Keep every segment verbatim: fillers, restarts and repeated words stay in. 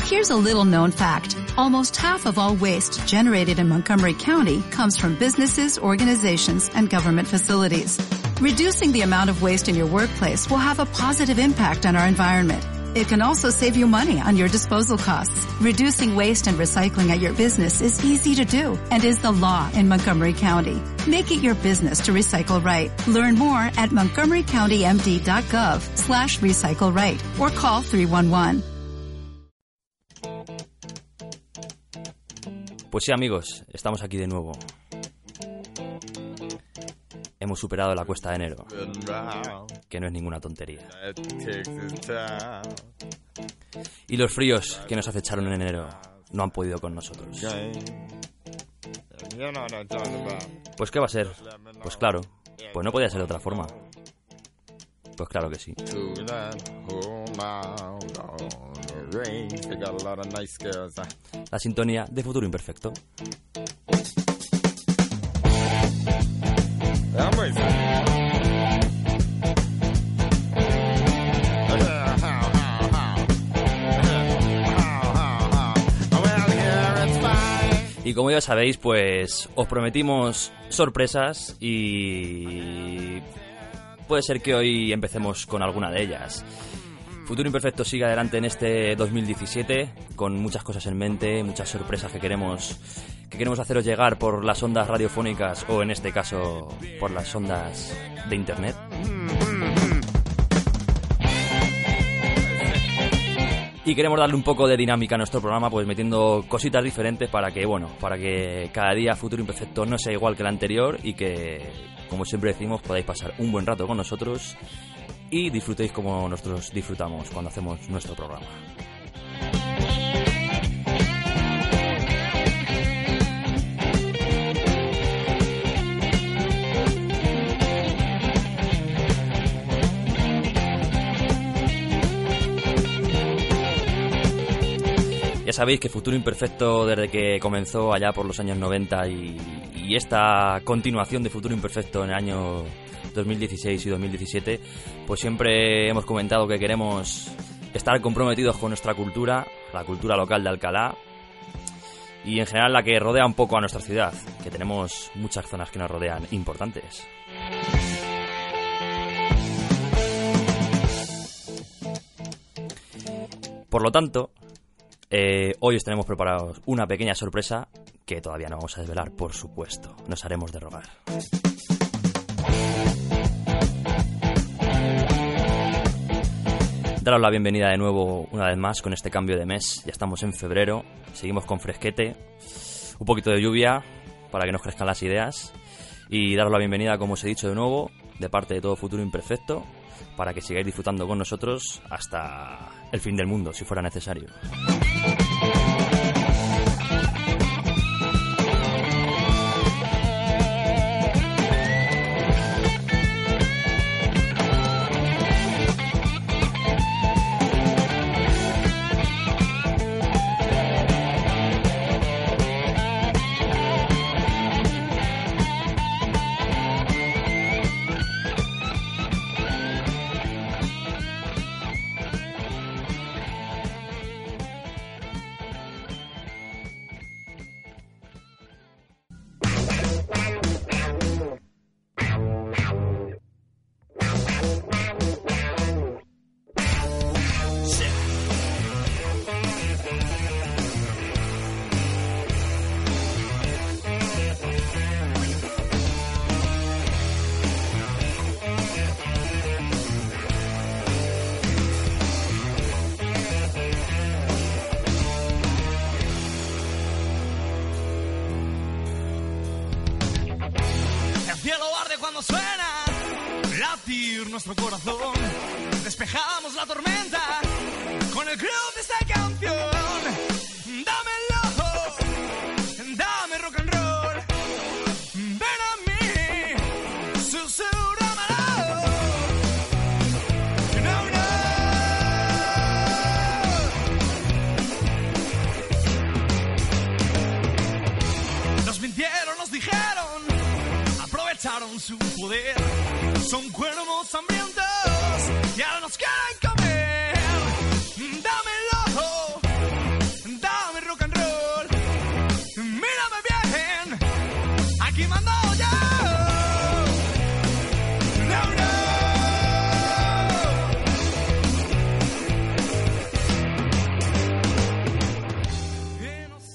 Here's a little known fact. Almost half of all waste generated in Montgomery County comes from businesses, organizations, and government facilities. Reducing the amount of waste in your workplace will have a positive impact on our environment. It can also save you money on your disposal costs. Reducing waste and recycling at your business is easy to do and is the law in Montgomery County. Make it your business to recycle right. Learn more at montgomerycountymd.gov slash recycle right or call three one one. Pues sí, amigos, estamos aquí de nuevo. Hemos superado la cuesta de enero, que no es ninguna tontería. Y los fríos que nos acecharon en enero no han podido con nosotros. Pues ¿qué va a ser? Pues claro, pues no podía ser de otra forma. Pues claro que sí. La sintonía de Futuro Imperfecto. Y como ya sabéis, pues os prometimos sorpresas y puede ser que hoy empecemos con alguna de ellas. Futuro Imperfecto sigue adelante en este dos mil diecisiete con muchas cosas en mente, muchas sorpresas que queremos que queremos haceros llegar por las ondas radiofónicas o en este caso por las ondas de internet. Y queremos darle un poco de dinámica a nuestro programa, pues metiendo cositas diferentes para que, bueno, para que cada día Futuro Imperfecto no sea igual que el anterior y que, como siempre decimos, podáis pasar un buen rato con nosotros y disfrutéis como nosotros disfrutamos cuando hacemos nuestro programa. Ya sabéis que Futuro Imperfecto, desde que comenzó allá por los años noventa y, y esta continuación de Futuro Imperfecto en el año dos mil dieciséis y dos mil diecisiete, pues siempre hemos comentado que queremos estar comprometidos con nuestra cultura, la cultura local de Alcalá y en general la que rodea un poco a nuestra ciudad, que tenemos muchas zonas que nos rodean importantes. Por lo tanto, Eh, hoy os tenemos preparados una pequeña sorpresa que todavía no vamos a desvelar, por supuesto. Nos haremos de rogar. Daros la bienvenida de nuevo una vez más con este cambio de mes. Ya estamos en febrero, seguimos con fresquete, un poquito de lluvia para que nos crezcan las ideas y daros la bienvenida, como os he dicho de nuevo, de parte de todo Futuro Imperfecto, para que sigáis disfrutando con nosotros hasta el fin del mundo, si fuera necesario. Cuando suena latir nuestro corazón, despejamos la tormenta con el groove de esta canción. Dámelo, dame rock and roll, ven a mí, susurrámelo. No, no. Nos mintieron, nos dijeron, aprovecharon su poder, son cuervos hambrientos y ahora nos quieren comer. Dámelo,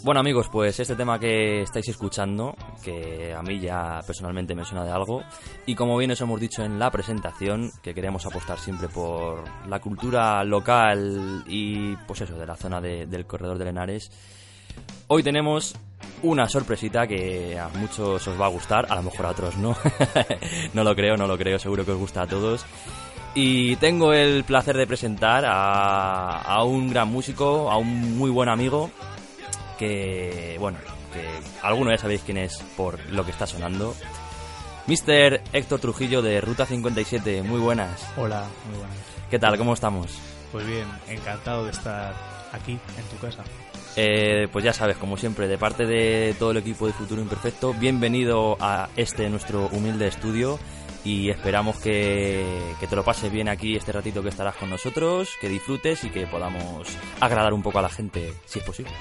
Bueno amigos, pues este tema que estáis escuchando, que a mí ya personalmente me suena de algo, y como bien os hemos dicho en la presentación, que queremos apostar siempre por la cultura local y pues eso, de la zona de, del Corredor del Henares, hoy tenemos una sorpresita que a muchos os va a gustar, a lo mejor a otros no, no lo creo, no lo creo, seguro que os gusta a todos. Y tengo el placer de presentar a, a un gran músico, a un muy buen amigo, que, bueno, que algunos ya sabéis quién es por lo que está sonando. mister Héctor Trujillo de Ruta cincuenta y siete, muy buenas. Hola, muy buenas. ¿Qué tal? ¿Cómo estamos? Pues bien, encantado de estar aquí, en tu casa. Eh, pues ya sabes, como siempre, de parte de todo el equipo de Futuro Imperfecto, bienvenido a este nuestro humilde estudio. Y esperamos que, que te lo pases bien aquí este ratito que estarás con nosotros, que disfrutes y que podamos agradar un poco a la gente, si es posible.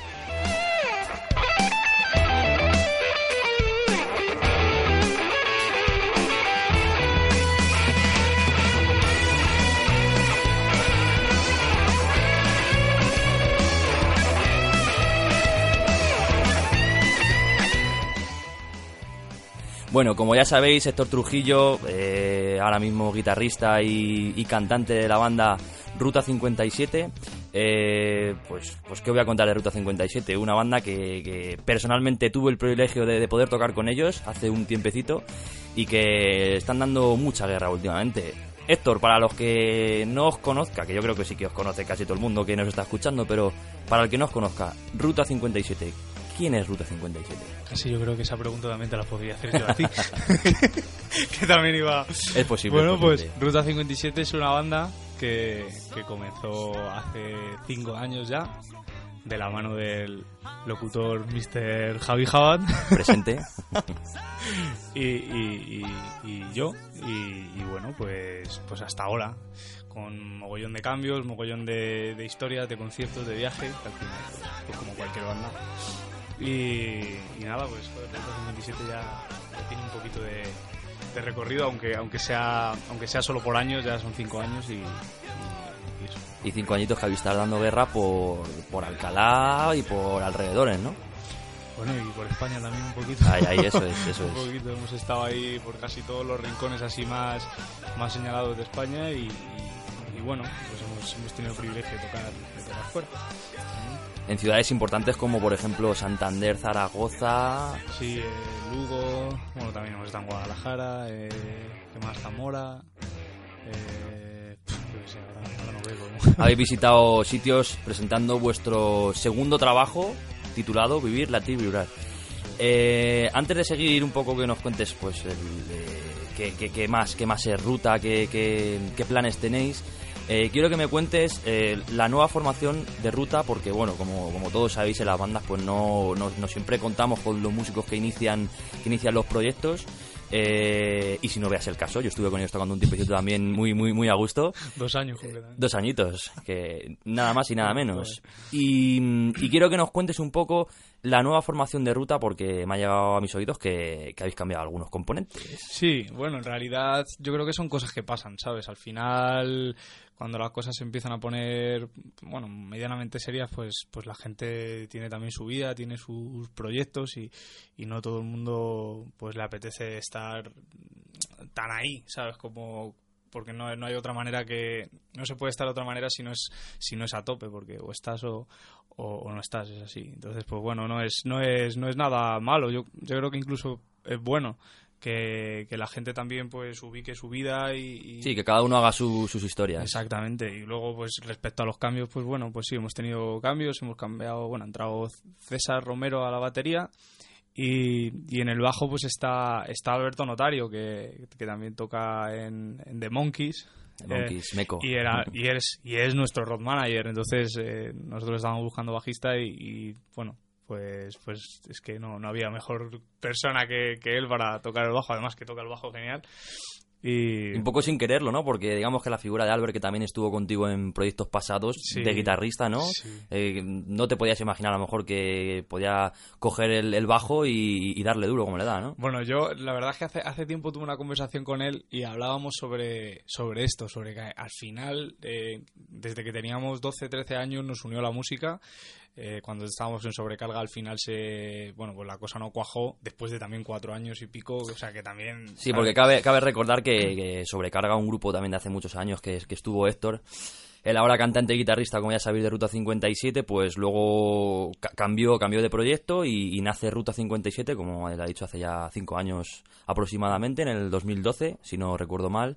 Bueno, como ya sabéis, Héctor Trujillo, eh, ahora mismo guitarrista y, y cantante de la banda Ruta cincuenta y siete, eh, pues, pues ¿qué voy a contar de Ruta cincuenta y siete? Una banda que, que personalmente tuve el privilegio de, de poder tocar con ellos hace un tiempecito y que están dando mucha guerra últimamente. Héctor, para los que no os conozca, que yo creo que sí que os conoce casi todo el mundo que nos está escuchando, pero para el que no os conozca, Ruta cincuenta y siete, ¿quién es Ruta cincuenta y siete? Casi yo creo que esa pregunta también te la podría hacer yo a ti. Que también iba... Es posible. Bueno, es posible. Pues Ruta cincuenta y siete es una banda que, que comenzó hace cinco años ya, de la mano del locutor mister Javi Jabad. Presente. y, y, y, y yo. Y, y bueno, pues, pues hasta ahora. Con mogollón de cambios, mogollón de, de historias, de conciertos, de viaje, que al final, pues, pues como cualquier banda. Y, y nada, pues joder, Ruta cincuenta y siete ya, ya tiene un poquito de, de recorrido, aunque aunque sea aunque sea solo por años, ya son cinco años y, y, y eso. Y cinco añitos que habéis estado dando guerra por, por Alcalá y por alrededores, ¿no? Bueno, y por España también un poquito. Ahí, ahí, eso es, eso un es. poquito, hemos estado ahí por casi todos los rincones así más, más señalados de España y, y, y bueno, pues hemos, hemos tenido el privilegio de tocar, de tocar fuera. En ciudades importantes como por ejemplo Santander, Zaragoza... Sí, eh, Lugo, bueno, también hemos estado en Guadalajara, eh, ¿qué más? Zamora, eh, pff, yo qué sé, ahora, ahora no veo. Habéis visitado sitios presentando vuestro segundo trabajo titulado Vivir, Latir, Vibrar. Eh, antes de seguir un poco que nos cuentes pues el, eh, qué, qué, qué más, qué más es Ruta, qué, qué, qué planes tenéis... Eh, quiero que me cuentes eh, la nueva formación de Ruta, porque bueno, como, como todos sabéis, en las bandas pues no, no, no siempre contamos con los músicos que inician que inician los proyectos, eh, y si no veas el caso, yo estuve con ellos tocando un tiempecito también muy muy muy a gusto. Dos años completamente. Dos añitos, que nada más y nada menos. Y, y quiero que nos cuentes un poco la nueva formación de Ruta, porque me ha llegado a mis oídos que, que habéis cambiado algunos componentes. Sí, bueno, en realidad yo creo que son cosas que pasan, ¿sabes? Al final, cuando las cosas se empiezan a poner, bueno, medianamente serias, pues pues la gente tiene también su vida, tiene sus proyectos y, y no todo el mundo pues le apetece estar tan ahí, ¿sabes? Como... porque no, no hay otra manera que... No se puede estar de otra manera si no es si no es a tope, porque o estás o, o, o no estás, es así. Entonces, pues bueno, no es no es no es nada malo. Yo, yo creo que incluso es bueno que, que la gente también pues ubique su vida y... y... Sí, que cada uno haga su, sus historias. Exactamente. Y luego, pues respecto a los cambios, pues bueno, pues sí, hemos tenido cambios, hemos cambiado... Bueno, ha entrado César Romero a la batería. Y, y en el bajo pues está está Alberto Notario, que, que también toca en, en The Monkeys, The Monkeys, eh, Meco. y era y es y es nuestro road manager. Entonces eh, nosotros estábamos buscando bajista y, y bueno, pues pues es que no no había mejor persona que, que él para tocar el bajo, además que toca el bajo genial. Y... un poco sin quererlo, ¿no? Porque digamos que la figura de Albert, que también estuvo contigo en proyectos pasados, sí, de guitarrista, ¿no? Sí. Eh, no te podías imaginar a lo mejor que podía coger el, el bajo y, y darle duro como le da, ¿no? Bueno, yo la verdad es que hace, hace tiempo tuve una conversación con él y hablábamos sobre, sobre esto, sobre que al final, eh, desde que teníamos doce, trece años nos unió la música. eh, cuando estábamos en Sobrecarga al final se bueno pues la cosa no cuajó después de también cuatro años y pico, o sea que también... Sí, ¿sabes? porque cabe, cabe recordar que, que Sobrecarga, un grupo también de hace muchos años que, que estuvo Héctor, él ahora cantante y guitarrista, como ya sabéis, de Ruta cincuenta y siete, pues luego ca- cambió cambió de proyecto y, y nace Ruta cincuenta y siete, como él ha dicho, hace ya cinco años aproximadamente, en el dos mil doce, si no recuerdo mal.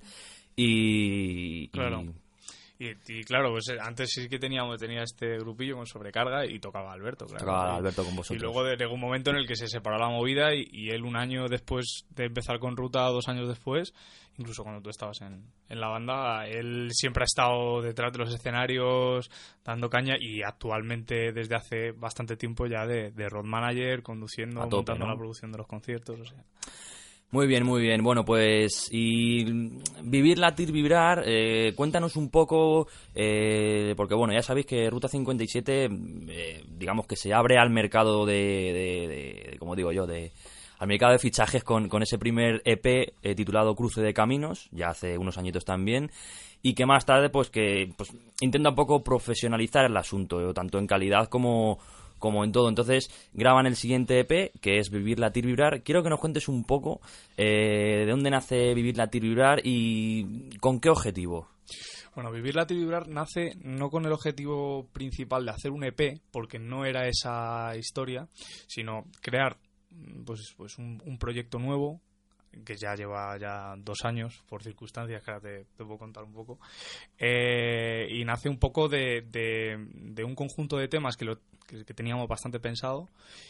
Y... Claro. y- Y, y claro, pues eh, antes sí que teníamos tenía este grupillo con Sobrecarga y tocaba Alberto, claro. Tocaba Y- Alberto con vosotros. Y luego de- llegó un momento en el que se separó la movida y, y él un año después de empezar con Ruta, dos años después, incluso cuando tú estabas en, en la banda, él siempre ha estado detrás de los escenarios dando caña y actualmente desde hace bastante tiempo ya de, de road manager, conduciendo, A tope, montando ¿no? la producción de los conciertos, o sea... Muy bien, muy bien. Bueno, pues y vivir, latir, vibrar, eh, cuéntanos un poco, eh, porque bueno, ya sabéis que Ruta cincuenta y siete, eh, digamos que se abre al mercado de, de, de, de como digo yo, de al mercado de fichajes con, con ese primer E P eh, titulado Cruce de Caminos, ya hace unos añitos también, y que más tarde pues que pues intenta un poco profesionalizar el asunto, eh, tanto en calidad como... como en todo. Entonces graban el siguiente E P, que es Vivir, Latir, Vibrar. Quiero que nos cuentes un poco eh, de dónde nace Vivir, Latir, Vibrar y con qué objetivo. Bueno, Vivir, Latir, Vibrar nace no con el objetivo principal de hacer un E P, porque no era esa historia, sino crear pues, pues un, un proyecto nuevo, que ya lleva ya dos años, por circunstancias que ahora te, te puedo contar un poco, eh, y nace un poco de, de, de un conjunto de temas que, lo, que, que teníamos bastante pensado,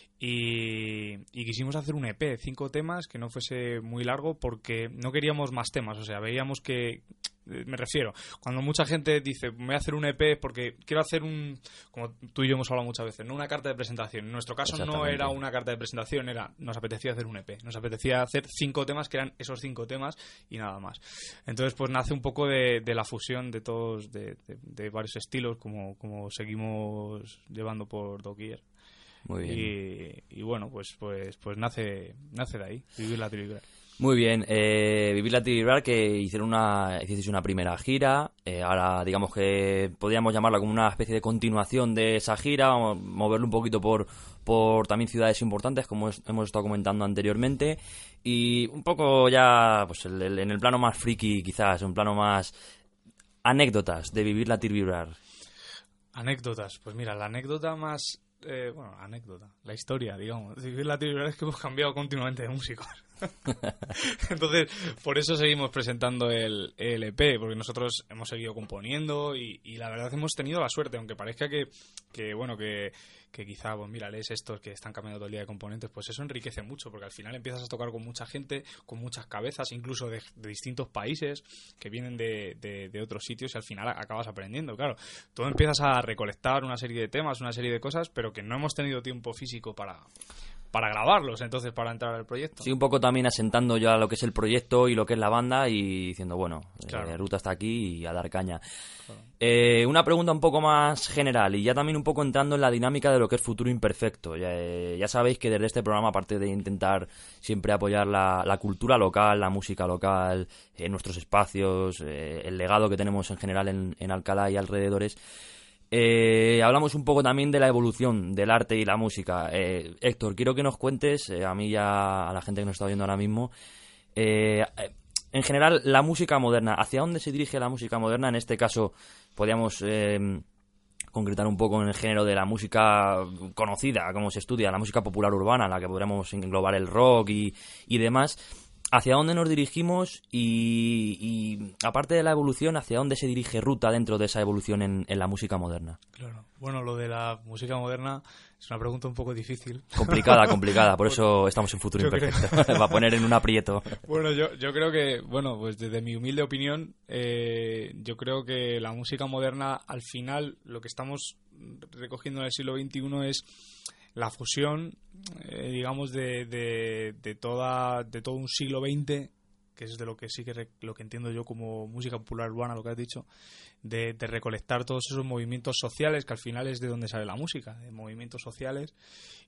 y, y quisimos hacer un E P, cinco temas, que no fuese muy largo, porque no queríamos más temas, o sea, veíamos que, me refiero, cuando mucha gente dice, me voy a hacer un E P porque quiero hacer un, como tú y yo hemos hablado muchas veces, no una carta de presentación. En nuestro caso no era una carta de presentación, era, nos apetecía hacer un E P, nos apetecía hacer cinco temas que eran esos cinco temas y nada más. Entonces pues nace un poco de, de la fusión de todos, de, de, de varios estilos, como, como seguimos llevando por Doquier. Muy bien. Y, y bueno, pues pues pues nace nace de ahí, Vivir, Latir, Vibrar. Muy bien, eh, Vivir, Latir, Vibrar, que hicieron una, hicisteis una primera gira, eh, ahora digamos que podríamos llamarla como una especie de continuación de esa gira, moverlo un poquito por, por también ciudades importantes, como es, hemos estado comentando anteriormente, y un poco ya pues el, el, en el plano más friki quizás, un plano más anécdotas de Vivir, Latir, Vibrar. Anécdotas, pues mira, la anécdota más... Eh, bueno, anécdota, la historia, digamos. Vivir, Latir, Vibrar es que hemos cambiado continuamente de músicos. Entonces, por eso seguimos presentando el, el E P, porque nosotros hemos seguido componiendo y, y la verdad hemos tenido la suerte, aunque parezca que, que bueno, que, que quizá, pues mira, lees estos que están cambiando todo el día de componentes, pues eso enriquece mucho, porque al final empiezas a tocar con mucha gente, con muchas cabezas, incluso de, de distintos países que vienen de, de, de otros sitios y al final acabas aprendiendo, claro. Tú empiezas a recolectar una serie de temas, una serie de cosas, pero que no hemos tenido tiempo físico para... para grabarlos, entonces, para entrar al proyecto. Sí, un poco también asentando ya lo que es el proyecto y lo que es la banda y diciendo, bueno, claro. eh, Ruta está aquí y a dar caña. Claro. Eh, una pregunta un poco más general y ya también un poco entrando en la dinámica de lo que es Futuro Imperfecto. Ya, eh, ya sabéis que desde este programa, aparte de intentar siempre apoyar la, la cultura local, la música local, eh, nuestros espacios, eh, el legado que tenemos en general en, en Alcalá y alrededores, Eh, hablamos un poco también de la evolución del arte y la música. Eh, Héctor, quiero que nos cuentes, eh, a mí y a la gente que nos está viendo ahora mismo, eh, en general, la música moderna. ¿Hacia dónde se dirige la música moderna? En este caso, podríamos eh, concretar un poco en el género de la música conocida, como se estudia, la música popular urbana, en la que podríamos englobar el rock y, y demás. ¿Hacia dónde nos dirigimos? Y, y aparte de la evolución, ¿hacia dónde se dirige Ruta dentro de esa evolución en, en la música moderna? Claro. Bueno, lo de la música moderna es una pregunta un poco difícil. Complicada, complicada. Por eso estamos en Futuro Imperfecto. Va a poner en un aprieto. Bueno, yo, yo creo que, bueno, pues desde mi humilde opinión, eh, yo creo que la música moderna, al final, lo que estamos recogiendo en el siglo veintiuno es la fusión, eh, digamos, de, de, de, toda, de todo un siglo veinte, que es de lo que sí que re, lo que entiendo yo como música popular urbana, lo que has dicho, de, de recolectar todos esos movimientos sociales, que al final es de donde sale la música, de movimientos sociales,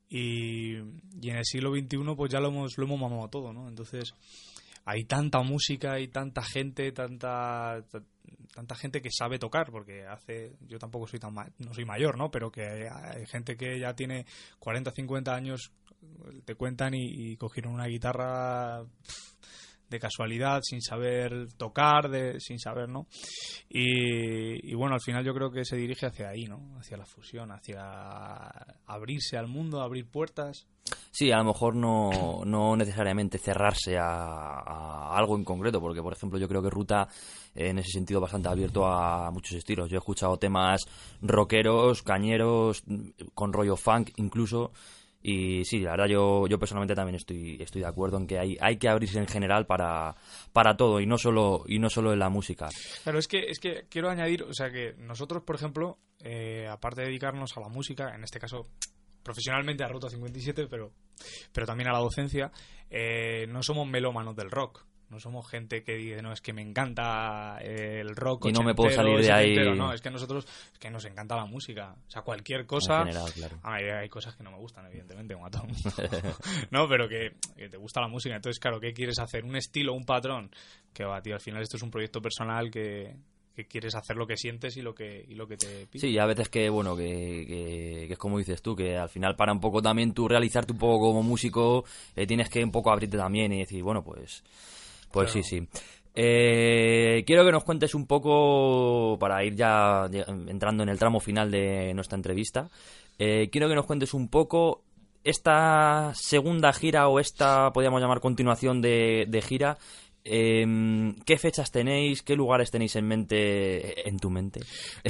y, y en el siglo veintiuno pues ya lo hemos, lo hemos mamado todo, ¿no? Entonces hay tanta música, hay tanta gente, tanta tanta gente que sabe tocar, porque hace, yo tampoco soy tan ma- no soy mayor, ¿no? Pero que hay, hay gente que ya tiene cuarenta, cincuenta años, te cuentan y, y cogieron una guitarra de casualidad, sin saber tocar, de, sin saber, ¿no? Y, y bueno, al final yo creo que se dirige hacia ahí, ¿no? Hacia la fusión, hacia abrirse al mundo, abrir puertas. Sí, a lo mejor no, no necesariamente cerrarse a, a algo en concreto, porque por ejemplo yo creo que Ruta en ese sentido bastante abierto a muchos estilos. Yo he escuchado temas rockeros, cañeros, con rollo funk incluso. Y sí, la verdad yo, yo personalmente también estoy estoy de acuerdo en que hay, hay que abrirse en general para, para todo y no solo y no solo en la música. Claro, es que es que quiero añadir, o sea que nosotros, por ejemplo, eh, aparte de dedicarnos a la música, en este caso profesionalmente a Ruta cincuenta y siete, pero, pero también a la docencia, eh, no somos melómanos del rock. No somos gente que dice, no, es que me encanta el rock y no me puedo salir de ahí. No, es que a nosotros es que nos encanta la música. O sea, cualquier cosa. En general, claro. Hay, hay cosas que no me gustan, evidentemente, como a todo el mundo. No, pero que, que te gusta la música. Entonces, claro, ¿qué quieres hacer? ¿Un estilo, un patrón? Que va, tío, al final esto es un proyecto personal que, que quieres hacer lo que sientes y lo que, y lo que te pide. Sí, y a veces que, bueno, que, que, que es como dices tú, que al final para un poco también tú realizarte un poco como músico, eh, tienes que un poco abrirte también y decir, bueno, pues... Pues claro. sí, sí. Eh, quiero que nos cuentes un poco, para ir ya entrando en el tramo final de nuestra entrevista, eh, quiero que nos cuentes un poco esta segunda gira o esta, podríamos llamar, continuación de, de gira. Eh, ¿Qué fechas tenéis? ¿Qué lugares tenéis en mente, en tu mente?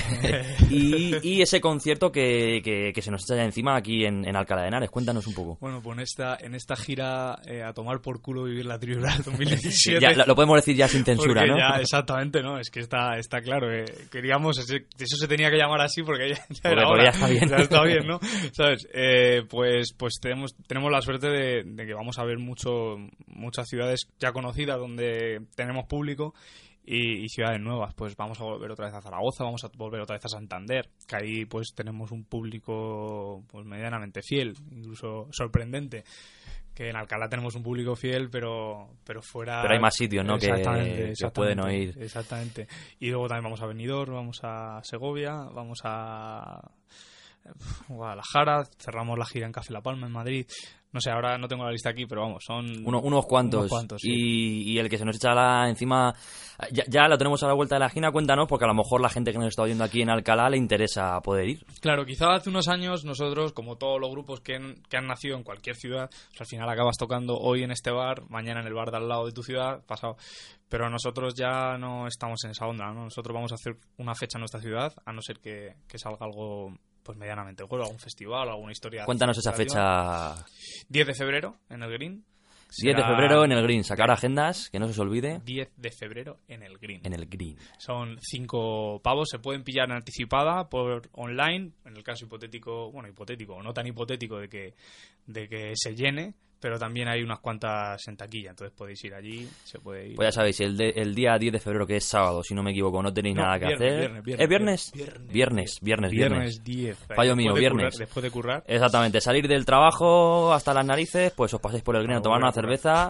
y, y ese concierto que, que, que se nos echa ya encima aquí en, en Alcalá de Henares. Cuéntanos un poco. Bueno, pues en esta, en esta gira eh, a tomar por culo vivir la Tribunal dos mil diecisiete. Ya, lo podemos decir ya sin censura, ¿no? Ya, exactamente, ¿no? Es que está, está claro. Eh, queríamos, ese, eso se tenía que llamar así porque ya, ya porque, era porque hora. ya está bien. Ya está bien, ¿no? ¿Sabes? Eh, pues pues tenemos, tenemos la suerte de, de que vamos a ver mucho, muchas ciudades ya conocidas donde tenemos público y, y ciudades nuevas. Pues vamos a volver otra vez a Zaragoza, vamos a volver otra vez a Santander, que ahí pues tenemos un público pues medianamente fiel, incluso sorprendente. Que en Alcalá tenemos un público fiel, pero pero fuera... Pero hay más sitios, ¿no? Exactamente, que, exactamente, que pueden oír. Exactamente. Y luego también vamos a Benidorm, vamos a Segovia, vamos a Guadalajara, cerramos la gira en Café La Palma, en Madrid. No sé, ahora no tengo la lista aquí, pero vamos, son... Uno, unos cuantos. Unos cuantos sí. y, y el que se nos echa la, encima... Ya, ya lo tenemos a la vuelta de la esquina, cuéntanos, porque a lo mejor la gente que nos está oyendo aquí en Alcalá le interesa poder ir. Claro, quizá hace unos años nosotros, como todos los grupos que han, que han nacido en cualquier ciudad, pues al final acabas tocando hoy en este bar, mañana en el bar de al lado de tu ciudad, pasado. Pero nosotros ya no estamos en esa onda, ¿no? Nosotros vamos a hacer una fecha en nuestra ciudad, a no ser que, que salga algo... pues medianamente bueno, algún festival, alguna historia. Cuéntanos esa fecha. diez de febrero en el Green. diez de febrero en el Green. Sacar agendas, que no se os olvide. diez de febrero en el Green. En el Green. Son cinco pavos, se pueden pillar en anticipada por online, en el caso hipotético, bueno, hipotético, no tan hipotético de que, de que se llene. Pero también hay unas cuantas en taquilla, entonces podéis ir allí, se puede ir. Pues ya sabéis, el, de, el día diez de febrero, que es sábado, si no me equivoco, no tenéis no, nada que viernes, hacer. Viernes, viernes, ¿Es viernes? Viernes, viernes, viernes. Viernes diez. Fallo mío, de viernes. Currar, después de currar. Exactamente, salir del trabajo hasta las narices, pues os pasáis por el Green a tomar una cerveza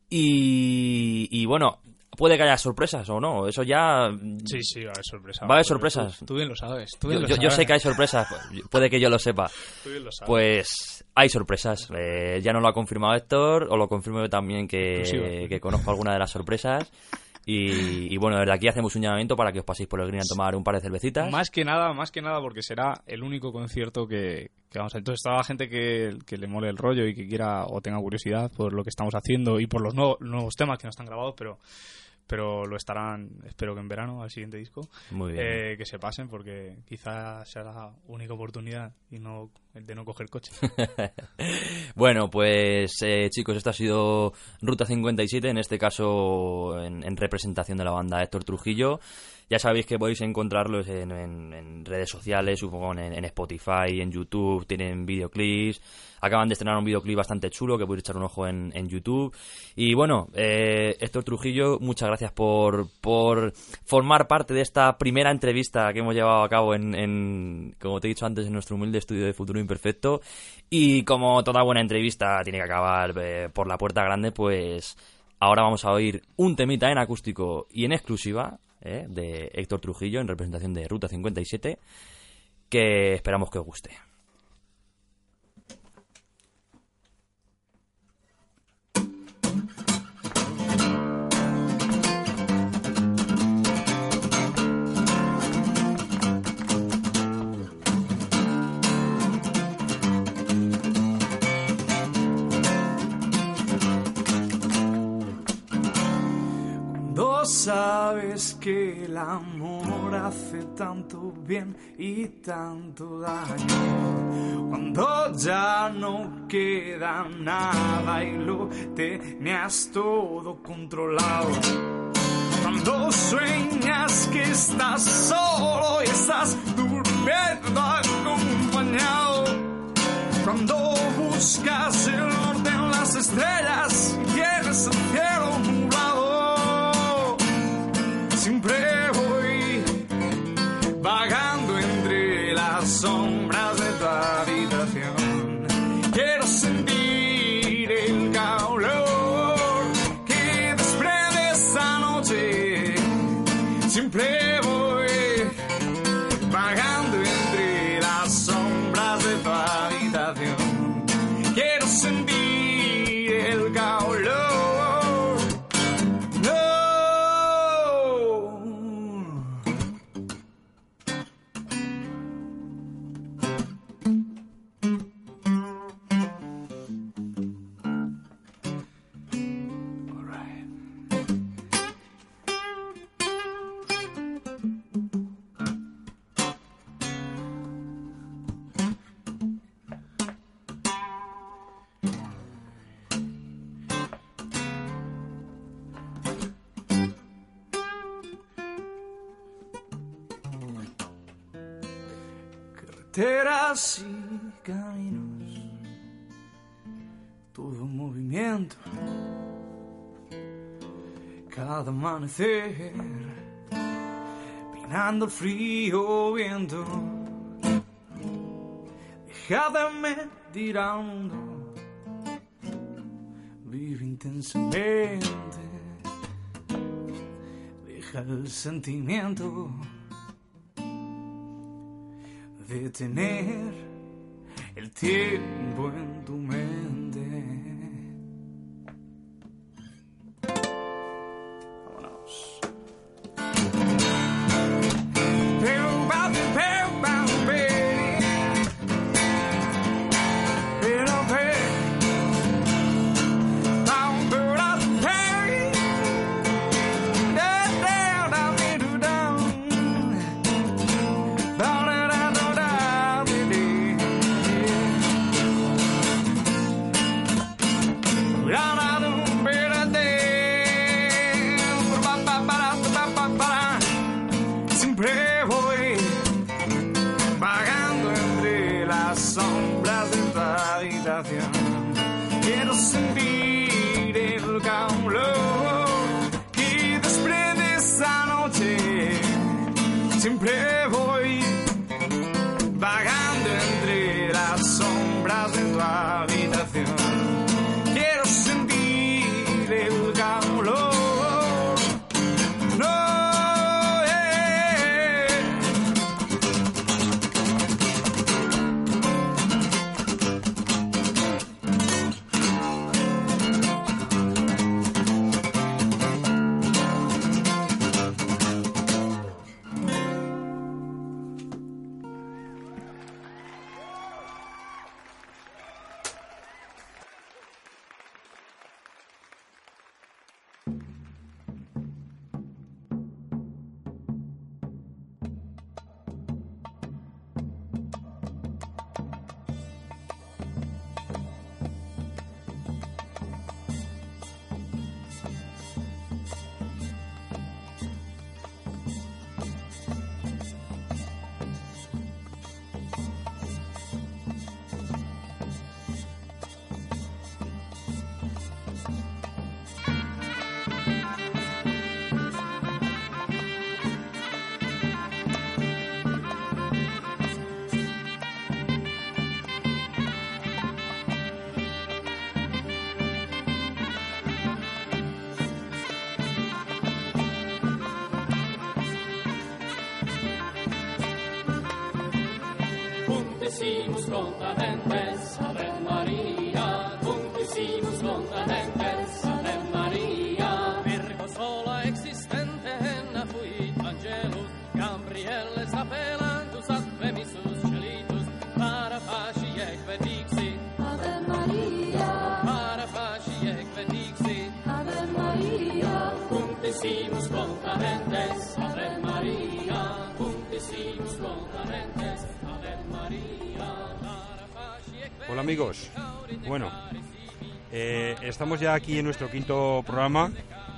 y, y bueno... Puede que haya sorpresas o no, eso ya... Sí, sí, va a haber sorpresas. Va a haber sorpresas. Tú, tú bien lo sabes. Tú bien yo, lo yo, sabes. yo sé que hay sorpresas, puede que yo lo sepa. Tú bien lo sabes. Pues hay sorpresas. Eh, ya nos lo ha confirmado Héctor, os lo confirmo yo también que, que conozco alguna de las sorpresas. Y, y bueno, desde aquí hacemos un llamamiento para que os paséis por el Green a tomar un par de cervecitas. Más que nada, más que nada porque será el único concierto que, que vamos a... Entonces, toda la gente que, que le mole el rollo y que quiera o tenga curiosidad por lo que estamos haciendo y por los nuevos, nuevos temas que no están grabados, pero... pero lo estarán, espero que en verano, al siguiente disco. Muy bien. Eh, que se pasen, porque quizás sea la única oportunidad y no el de no coger coche. Bueno, pues eh, chicos, esto ha sido Ruta cincuenta y siete, en este caso en, en representación de la banda Héctor Trujillo. Ya sabéis que podéis encontrarlos en, en, en redes sociales, supongo en, en Spotify, en YouTube, tienen videoclips. Acaban de estrenar un videoclip bastante chulo que podéis echar un ojo en, en YouTube. Y bueno, eh, Héctor Trujillo, muchas gracias por, por formar parte de esta primera entrevista que hemos llevado a cabo en, en, como te he dicho antes, en nuestro humilde estudio de Futuro Imperfecto. Y como toda buena entrevista tiene que acabar eh, por la puerta grande, pues ahora vamos a oír un temita en acústico y en exclusiva ¿eh? De Héctor Trujillo en representación de Ruta cincuenta y siete, que esperamos que os guste. Sabes que el amor hace tanto bien y tanto daño. Cuando ya no queda nada y lo tenías todo controlado. Cuando sueñas que estás solo y estás durmiendo acompañado. Cuando buscas el norte en las estrellas y tienes el cielo nublado. Siempre voy vagando entre las sombras de tu habitación. Quiero sentir el calor que desprende esta noche. Siempre voy vagando entre las sombras de tu habitación. Quiero sentir el calor. Carreteras y caminos, todo movimiento, cada amanecer, peinando el frío viento. Deja de medir al mundo, vive intensamente, deja el sentimiento de tener el tiempo en tu mente. Vámonos. Quiero sentir el calor que desprende esta noche. Siempre voy vagando entre las sombras de tu habitación. Quiero sentir el calor. No, eh. juntísimos contadentes, Ave María, juntísimos contadentes, Ave María. Virgo sola existente en la fuit angelus, Gabriele sta pelantus ad missus celitus, para faci ecve dixit, Ave María, para faci ecve dixit, Ave María, juntísimos contadentes, Ave María, juntísimos contadentes, Ave María, para faci ecve. Hola amigos, bueno, eh, estamos ya aquí en nuestro quinto programa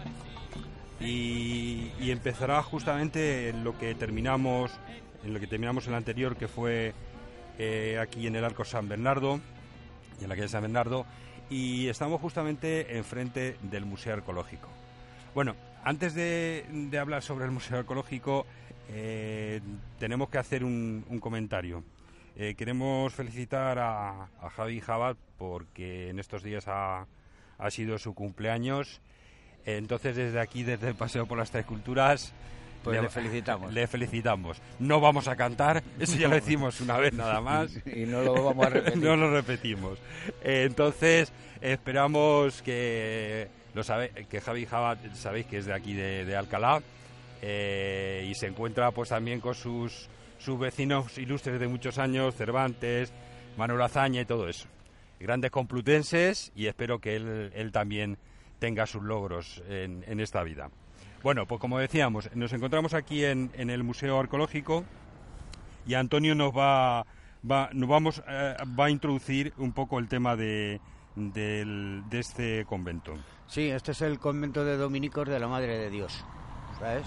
y, y empezará justamente en lo que terminamos, en lo que terminamos el anterior, que fue eh, aquí en el Arco San Bernardo, y en la calle San Bernardo, y estamos justamente enfrente del Museo Arqueológico. Bueno, antes de, de hablar sobre el Museo Arqueológico, eh, tenemos que hacer un, un comentario. Eh, queremos felicitar a, a Javi Jabat porque en estos días ha, ha sido su cumpleaños. Eh, entonces, desde aquí, desde el Paseo por las Tres Culturas, pues le, le felicitamos. Le felicitamos. No vamos a cantar, eso ya lo decimos una vez nada más. Y no lo vamos a repetir. No lo repetimos. Eh, entonces, esperamos que lo sabe, que Javi Jabat, sabéis que es de aquí de, de Alcalá, eh, y se encuentra pues también con sus, sus vecinos ilustres de muchos años, Cervantes, Manuel Azaña y todo eso. Grandes complutenses, y espero que él, él también tenga sus logros en, en esta vida. Bueno, pues como decíamos, nos encontramos aquí en, en el Museo Arqueológico y Antonio nos va, va, nos vamos, eh, va a introducir un poco el tema de, del, de este convento. Sí, este es el convento de dominicos de la Madre de Dios, ¿sabes?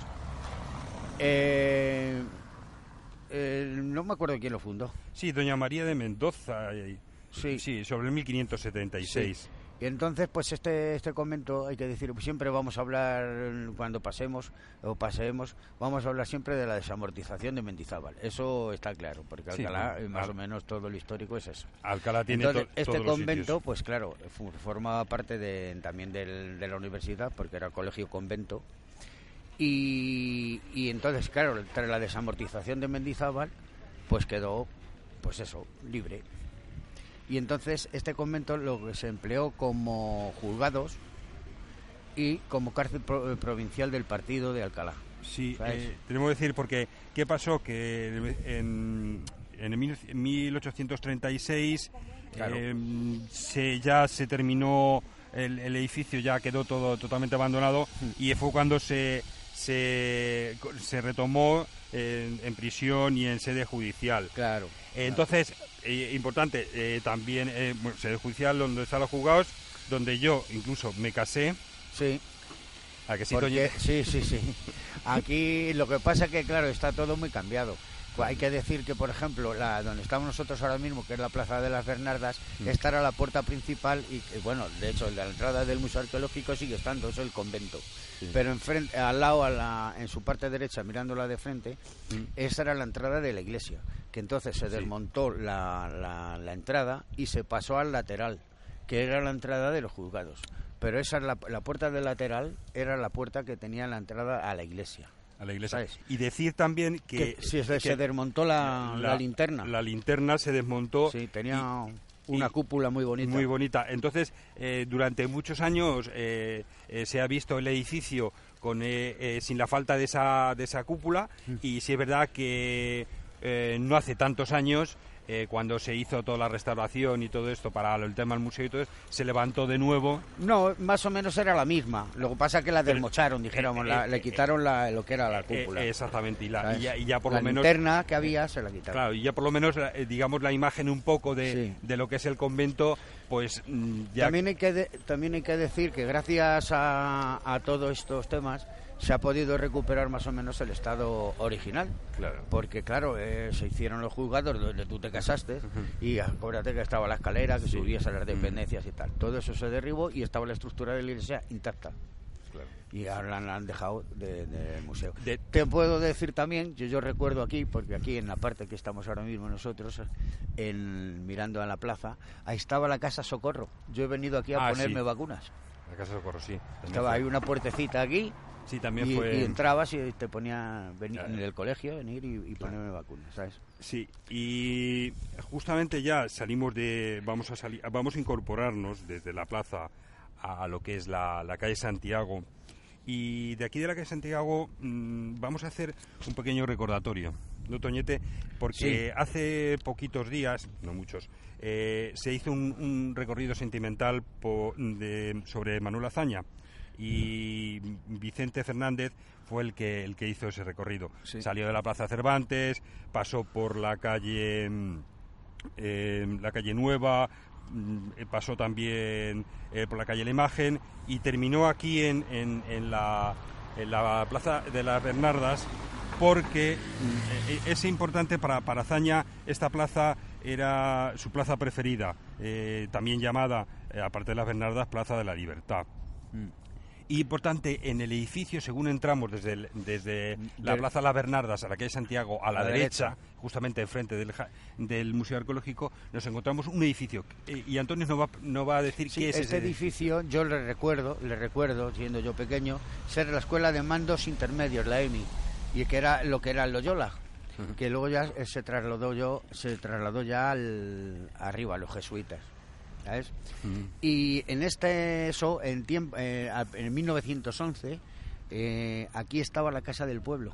Eh, eh, no me acuerdo quién lo fundó. Sí, doña María de Mendoza. Eh, sí. Sí, sobre el mil quinientos setenta y seis. Sí. Y entonces, pues este este convento, hay que decir, pues siempre vamos a hablar, cuando pasemos o paseemos, vamos a hablar siempre de la desamortización de Mendizábal. Eso está claro, porque Alcalá, sí, más Al... o menos todo lo histórico es eso. Alcalá tiene entonces, to este todos convento, los pues claro, formaba parte de, también del, de la universidad, porque era colegio-convento. Y, y entonces, claro, tras la desamortización de Mendizábal, pues quedó, pues eso, libre. Y entonces este convento lo que se empleó como juzgados y como cárcel pro provincial del partido de Alcalá. Sí, eh, tenemos que decir, porque ¿qué pasó? Que en, en mil ochocientos treinta y seis claro. eh, se, ya se terminó el, el edificio, ya quedó todo totalmente abandonado, mm. y fue cuando se, se, se retomó en, en prisión y en sede judicial. Claro. Eh, entonces... Eh, importante, eh, también, eh, bueno, sede judicial donde están los juzgados, donde yo incluso me casé. Sí. ¿A que sí, Porque, sí, sí, sí. Aquí lo que pasa es que, claro, está todo muy cambiado. Hay que decir que, por ejemplo, la donde estamos nosotros ahora mismo, que es la Plaza de las Bernardas, mm. esta era la puerta principal y, bueno, de hecho, la entrada del Museo Arqueológico sigue estando, es el convento. Sí. Pero enfrente, al lado, a la, en su parte derecha, mirándola de frente, mm. esa era la entrada de la iglesia, que entonces se desmontó sí. la, la, la entrada y se pasó al lateral, que era la entrada de los juzgados. Pero esa la, la puerta del lateral era la puerta que tenía la entrada a la iglesia. A la iglesia. ¿Sabes? Y decir también que... que sí, se, que se desmontó la, la, la linterna. La linterna se desmontó. Sí, tenía y, una y, cúpula muy bonita. Muy bonita. Entonces, eh, durante muchos años eh, eh, se ha visto el edificio con eh, eh, sin la falta de esa, de esa cúpula, mm. y sí es verdad que eh, no hace tantos años... Eh, cuando se hizo toda la restauración y todo esto para el tema del museo y todo eso, se levantó de nuevo. No, más o menos era la misma. Lo que pasa es que la desmocharon, dijéramos, eh, eh, la, le quitaron la, lo que era la cúpula. Eh, exactamente, y, la, y, ya, y ya por la lo menos... La linterna que había se la quitaron. Claro, y ya por lo menos, eh, digamos, la imagen un poco de, sí. de lo que es el convento, pues ya... También hay que, de, también hay que decir que gracias a, a todos estos temas se ha podido recuperar más o menos el estado original. Claro. Porque, claro, eh, se hicieron los juzgados donde tú te casaste, uh-huh. y acuérdate que estaba la escalera, que sí. subías a las dependencias uh-huh. y tal. Todo eso se derribó y estaba la estructura de la iglesia intacta. Claro. Y ahora la han dejado del de, de museo. De... Te puedo decir también, yo, yo recuerdo aquí, porque aquí en la parte que estamos ahora mismo nosotros, en, mirando a la plaza, ahí estaba la Casa Socorro. Yo he venido aquí a ah, ponerme sí. vacunas. La Casa Socorro, sí. Estaba ahí una puertecita aquí. Sí, también y, fue... y entrabas y te ponía venir en el colegio, venir y, y ponerme vacunas, ¿sabes? Sí, y justamente ya salimos de, vamos a salir, vamos a incorporarnos desde la plaza a lo que es la, la calle Santiago, y de aquí de la calle Santiago mmm, vamos a hacer un pequeño recordatorio, ¿no, Toñete? Porque sí. Hace poquitos días, no muchos, eh, se hizo un, un recorrido sentimental po, de, sobre Manuel Azaña, y Vicente Fernández fue el que el que hizo ese recorrido. Sí. Salió de la Plaza Cervantes, pasó por la calle eh, la calle Nueva, eh, pasó también eh, por la calle La Imagen y terminó aquí en, en, en, la, en la Plaza de las Bernardas, porque eh, es importante para, para Azaña. Esta plaza era su plaza preferida, eh, también llamada, eh, aparte de las Bernardas, Plaza de la Libertad. Mm. Y, por tanto, en el edificio, según entramos desde, el, desde la de... Plaza Las Bernardas a la calle Santiago, a la, a la derecha, derecha, justamente enfrente del, del Museo Arqueológico, nos encontramos un edificio. Y Antonio nos va, nos va a decir sí, qué es este ese edificio. Yo le recuerdo, le recuerdo, siendo yo pequeño, ser la Escuela de Mandos Intermedios, la E M I, y que era lo que era el Loyola, uh-huh. que luego ya se trasladó, yo, se trasladó ya al, arriba, a los jesuitas. ¿Sabes? Mm. Y en este eso en tiempo eh, en mil novecientos once eh, aquí estaba la Casa del Pueblo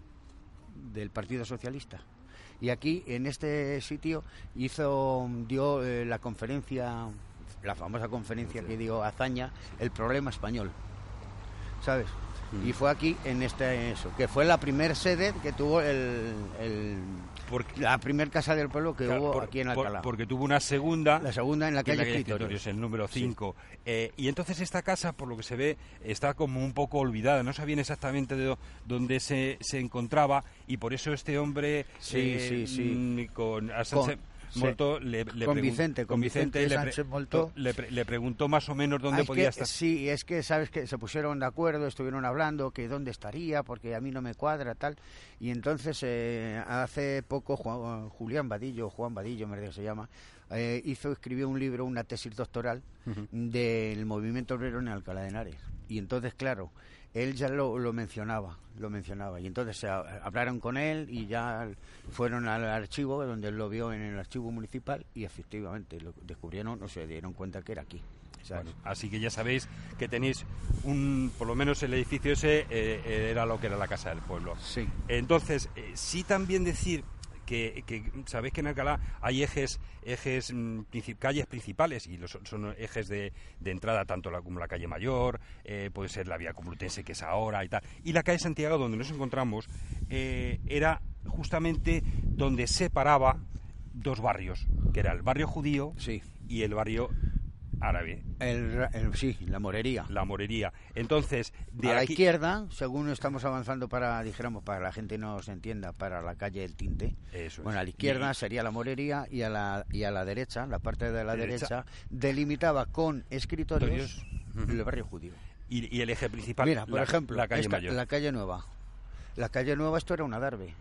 del Partido Socialista, y aquí en este sitio hizo dio eh, la conferencia, la famosa conferencia sí. que dio Azaña, el problema español, ¿sabes? Mm. Y fue aquí en este eso, que fue la primer sede que tuvo el, el porque, la primer Casa del Pueblo que claro, hubo por, aquí en Alcalá. Por, porque tuvo una segunda, la segunda en la calle, calle Escritorios, el número cinco. Sí. Eh, y entonces esta casa, por lo que se ve, está como un poco olvidada. No sabían exactamente de dónde se, se encontraba, y por eso este hombre sí, eh, sí, sí. con... con Molto, le, le con Vicente, con Vicente, Vicente le, Sánchez Molto, le, le preguntó más o menos dónde es podía que, estar. Sí, es que sabes que se pusieron de acuerdo, estuvieron hablando que dónde estaría, porque a mí no me cuadra tal, y entonces eh, hace poco Juan, Julián Vadillo, Juan Vadillo me parece que se llama, eh, hizo escribió un libro, una tesis doctoral uh-huh. del movimiento obrero en Alcalá de Henares, y entonces claro, él ya lo, lo mencionaba, lo mencionaba, y entonces se hablaron con él y ya fueron al archivo, donde él lo vio en el archivo municipal, y efectivamente lo descubrieron, o se dieron cuenta que era aquí. Bueno, así que ya sabéis que tenéis un, por lo menos el edificio ese eh, era lo que era la Casa del Pueblo. Sí. Entonces, eh, sí también decir que, que sabéis que en Alcalá hay ejes, ejes princip, calles principales, y los, son ejes de, de entrada, tanto la, como la calle Mayor, eh, puede ser la vía Complutense, que es ahora y tal. Y la calle Santiago, donde nos encontramos, eh, era justamente donde separaba dos barrios, que era el barrio judío sí. y el barrio árabe. El, el, sí, la morería. La morería. Entonces, de a la aquí... izquierda, según estamos avanzando para, dijéramos, para que la gente no se entienda, para la calle El Tinte. Eso bueno, es. a la izquierda y... sería la morería, y a la y a la derecha, la parte de la derecha, derecha delimitaba con escritorios uh-huh. el barrio judío. Y, y el eje principal, mira, por la, ejemplo, la calle esta, Mayor. La calle Nueva. La calle Nueva, esto era una darbe.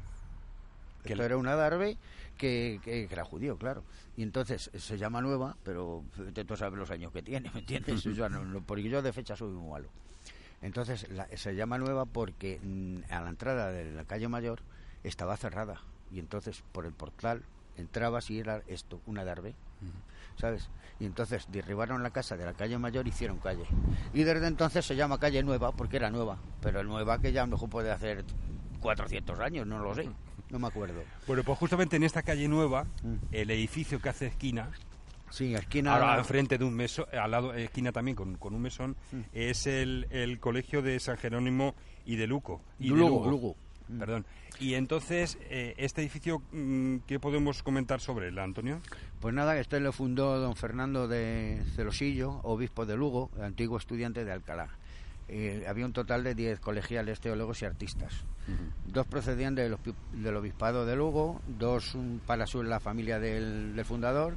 Esto era una darbe que, que, que era judío, claro. Y entonces se llama Nueva, pero tú sabes los años que tiene, ¿me entiendes? Yo, no, no, porque yo de fecha soy muy malo. Entonces la, se llama Nueva porque mmm, a la entrada de la calle Mayor estaba cerrada. Y entonces por el portal entrabas y era esto, una darbe, ¿sabes? Y entonces derribaron la casa de la calle Mayor y hicieron calle. Y desde entonces se llama calle Nueva porque era nueva. Pero el Nueva que ya a lo mejor puede hacer cuatrocientos años, no lo sé. No me acuerdo. Bueno, pues justamente en esta calle Nueva, mm. el edificio que hace esquina, sí, esquina ahora enfrente de un mesón, al lado esquina también con, con un mesón, mm. es el, el colegio de San Jerónimo y de Luco. Y Lugo, de Lugo, Lugo. Perdón. Y entonces, eh, este edificio, ¿qué podemos comentar sobre él, Antonio? Pues nada, este lo fundó don Fernando de Celosillo, obispo de Lugo, antiguo estudiante de Alcalá. Eh, había un total de diez colegiales, teólogos y artistas. Uh-huh. Dos procedían de los, del obispado de Lugo, dos um, para su, la familia del, del fundador,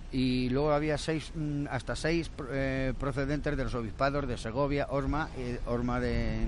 y luego había seis um, hasta seis eh, procedentes de los obispados de Segovia, Osma, eh, Osma de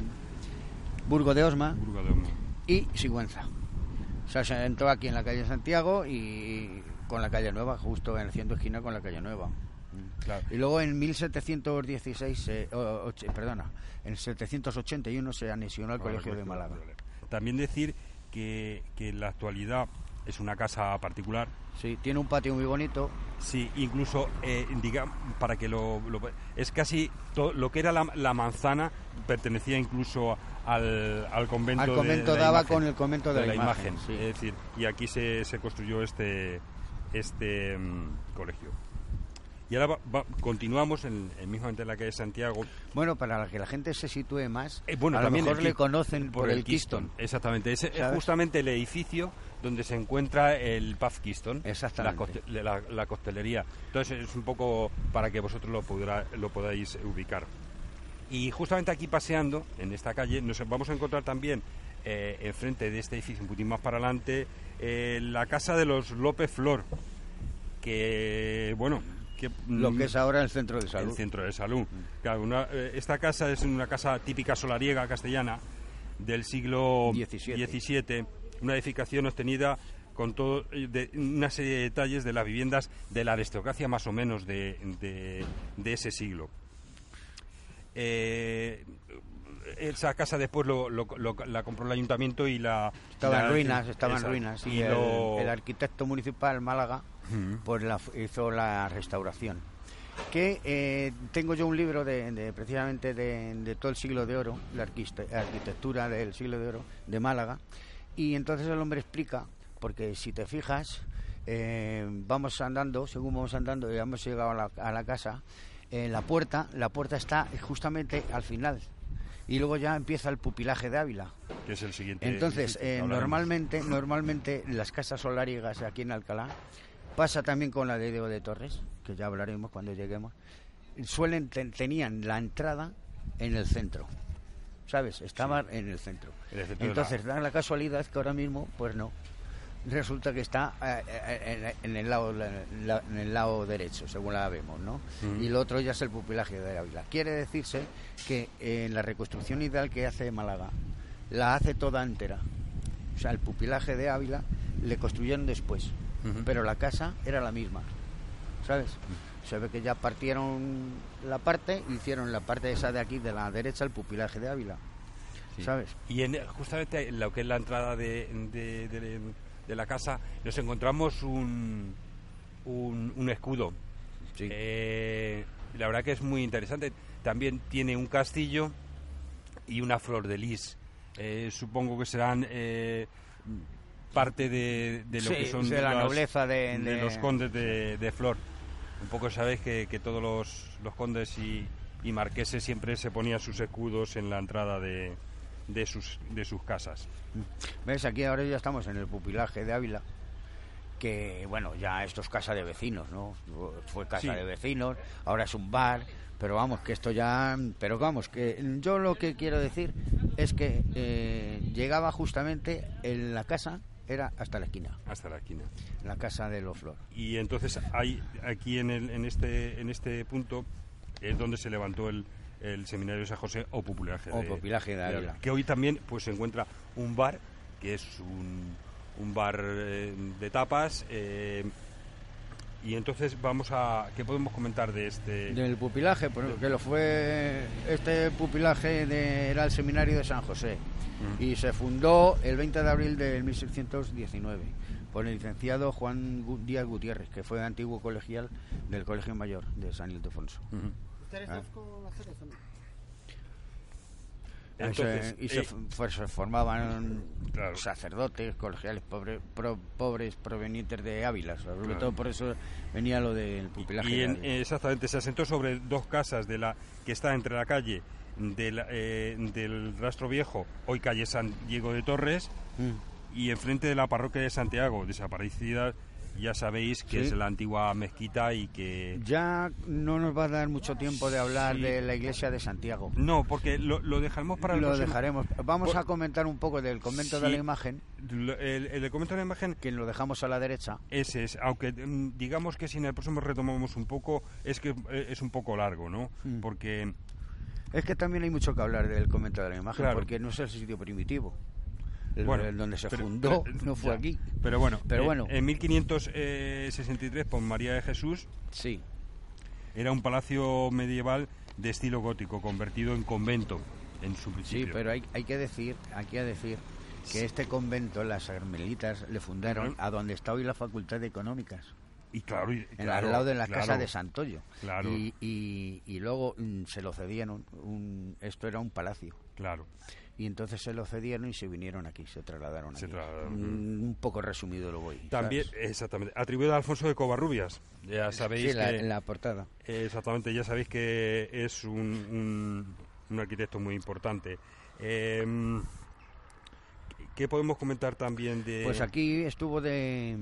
Burgo de Osma, Burgo de Osma. Y Sigüenza. O sea, se entró aquí en la calle Santiago y con la calle Nueva, justo en el haciendo esquina con la calle Nueva. Claro. Y luego en mil setecientos dieciséis, eh, oh, oh, perdona, en setecientos ochenta y uno se anexionó al Colegio de Málaga. También decir que, que en la actualidad es una casa particular. Sí, tiene un patio muy bonito. Sí, incluso, eh, digamos, para que lo, lo... Es casi todo, lo que era la, la manzana pertenecía incluso al, al convento. Al convento de, de daba imagen, con el convento de, de la, la imagen. imagen sí. Es decir, y aquí se, se construyó este, este um, colegio. Y ahora va, va, continuamos en, en mismamente en la calle Santiago. Bueno, para que la gente se sitúe más, eh, bueno, a lo también mejor el, le conocen por, por el, el Keystone. Keystone. Exactamente, ese es justamente el edificio donde se encuentra el Pub Keystone, Exactamente. La, coste, la, la costelería. Entonces es un poco para que vosotros lo, podrá, lo podáis ubicar. Y justamente aquí paseando, en esta calle, nos vamos a encontrar también, eh, enfrente de este edificio, un poquito más para adelante, eh, la casa de los López Flor, que, bueno... Que, lo que es ahora el centro de salud. El centro de salud. Mm. Claro, una, eh, esta casa es una casa típica solariega castellana del siglo diecisiete, una edificación obtenida con todo de, una serie de detalles de las viviendas de la aristocracia más o menos de, de, de ese siglo. Eh, esa casa después lo, lo, lo, la compró el ayuntamiento y la... Estaba la, en ruinas, estaba en ruinas. Y, y el, lo... el arquitecto municipal Málaga pues la, hizo la restauración. Que eh, tengo yo un libro de, de precisamente de, de todo el siglo de oro, la arquitectura del siglo de oro de Málaga, y entonces el hombre explica, porque si te fijas, eh, vamos andando, según vamos andando, ya hemos llegado a la, a la casa, eh, la puerta, la puerta está justamente al final. Y luego ya empieza el pupilaje de Ávila. Que es el siguiente. Entonces, eh, normalmente, normalmente las casas solariegas aquí en Alcalá, pasa también con la de Diego de Torres, que ya hablaremos cuando lleguemos, suelen ten, tenían la entrada en el centro, ¿sabes? Estaba sí. en el centro. El centro Entonces, da la... la casualidad que ahora mismo, pues no, resulta que está eh, en, en, el lado, la, en el lado derecho, según la vemos, ¿no? Uh-huh. Y el otro ya es el pupilaje de Ávila. Quiere decirse que en eh, la reconstrucción ideal que hace Málaga, la hace toda entera. O sea, el pupilaje de Ávila le construyeron después, uh-huh. pero la casa era la misma, ¿sabes? Uh-huh. Se ve que ya partieron la parte y hicieron la parte esa de aquí, de la derecha, el pupilaje de Ávila, sí. ¿sabes? Y en, justamente en lo que es la entrada de... de, de, de de la casa nos encontramos un un, un escudo sí. eh, la verdad que es muy interesante. También tiene un castillo y una flor de lis, eh, supongo que serán eh, parte de, de lo sí, que son de la las, nobleza de, de, de los condes de, de Flor. Un poco sabéis que, que todos los, los condes y, y marqueses siempre se ponían sus escudos en la entrada de de sus de sus casas. ¿Ves? Aquí ahora ya estamos en el pupilaje de Ávila, que bueno, ya esto es casa de vecinos, ¿no? Fue casa sí. de vecinos, ahora es un bar, pero vamos, que esto ya... Pero vamos, que yo lo que quiero decir es que eh, llegaba justamente en la casa, era hasta la esquina. Hasta la esquina. La casa de los Flor. Y entonces hay aquí en, el, en, este, en este punto es donde se levantó el el seminario de San José o pupilaje de, o pupilaje de Ávila, que hoy también pues se encuentra un bar que es un, un bar eh, de tapas eh, y entonces vamos a ¿qué podemos comentar de este del pupilaje? Pues que lo fue este pupilaje de, era el seminario de San José uh-huh. y se fundó el veinte de abril de mil seiscientos diecinueve por el licenciado Juan Díaz Gutiérrez, que fue antiguo colegial del Colegio Mayor de San Ildefonso. Uh-huh. ¿Ah? Entonces, y se, eh, f- se formaban claro. sacerdotes, colegiales pobre, pro, pobres provenientes de Ávila, sobre claro. todo por eso venía lo del pupilaje. Y, y en, de exactamente, se asentó sobre dos casas de la que está entre la calle de la, eh, del Rastro Viejo, hoy calle San Diego de Torres, mm. y enfrente de la parroquia de Santiago, desaparecida. Ya sabéis que ¿sí? es la antigua mezquita y que... Ya no nos va a dar mucho tiempo de hablar sí. de la iglesia de Santiago. No, porque lo, lo dejaremos para... Lo dejaremos. Vamos Por... a comentar un poco del convento sí. de la imagen. El, el, el convento de la imagen... Que lo dejamos a la derecha. Ese es, aunque digamos que si en el próximo retomamos un poco, es que es un poco largo, ¿no? Mm. Porque... Es que también hay mucho que hablar del convento de la imagen, claro. porque no es el sitio primitivo. El, bueno, el donde se pero, fundó pero, no fue ya, aquí. Pero bueno, pero eh, bueno. en mil quinientos sesenta y tres por María de Jesús sí. era un palacio medieval de estilo gótico convertido en convento en su principio. Sí, pero hay, hay que decir, hay que decir que este convento, las Carmelitas, le fundaron Ujú. a donde está hoy la Facultad de Económicas. Y claro, y, En, claro, al lado de la claro, casa de Santoyo. Claro. Y, y, y luego mm, se lo cedieron. Un, esto era un palacio. Claro. Y entonces se lo cedieron y se vinieron aquí, se trasladaron Se aquí. trasladaron. Mm, un poco resumido lo voy. También, ¿sabes? exactamente, atribuido a Alfonso de Covarrubias. Ya sabéis Sí, la, que... en la portada. eh, exactamente, ya sabéis que es un, un, un arquitecto muy importante. Eh, ¿Qué podemos comentar también de...? Pues aquí estuvo de...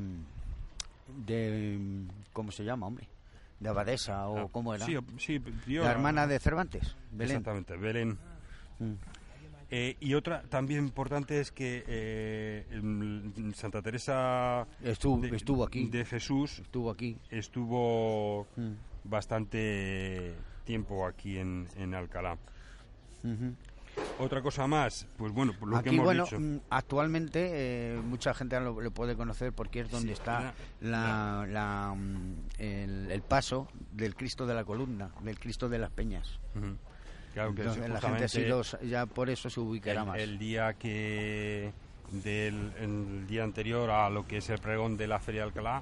de ¿cómo se llama, hombre? De abadesa o Ah, cómo era. Sí, sí, yo- La hermana de Cervantes, Belén. Exactamente, Belén. Mm. Eh, y otra también importante es que eh, el- Santa Teresa Estuvo, de, estuvo aquí. de Jesús Estuvo aquí. estuvo Mm. bastante tiempo aquí en, en Alcalá. Ujú. Otra cosa más, pues bueno, por lo que Aquí, hemos bueno, dicho. mm, actualmente eh, mucha gente lo, lo puede conocer porque es donde Sí, está la, la, mm, el, el paso del Cristo de la Columna, del Cristo de las Peñas. Ujú. Claro que Entonces, es la gente así justamente los- ya por eso se ubicará el, más. el día que del el día anterior a lo que es el pregón de la Feria de Alcalá,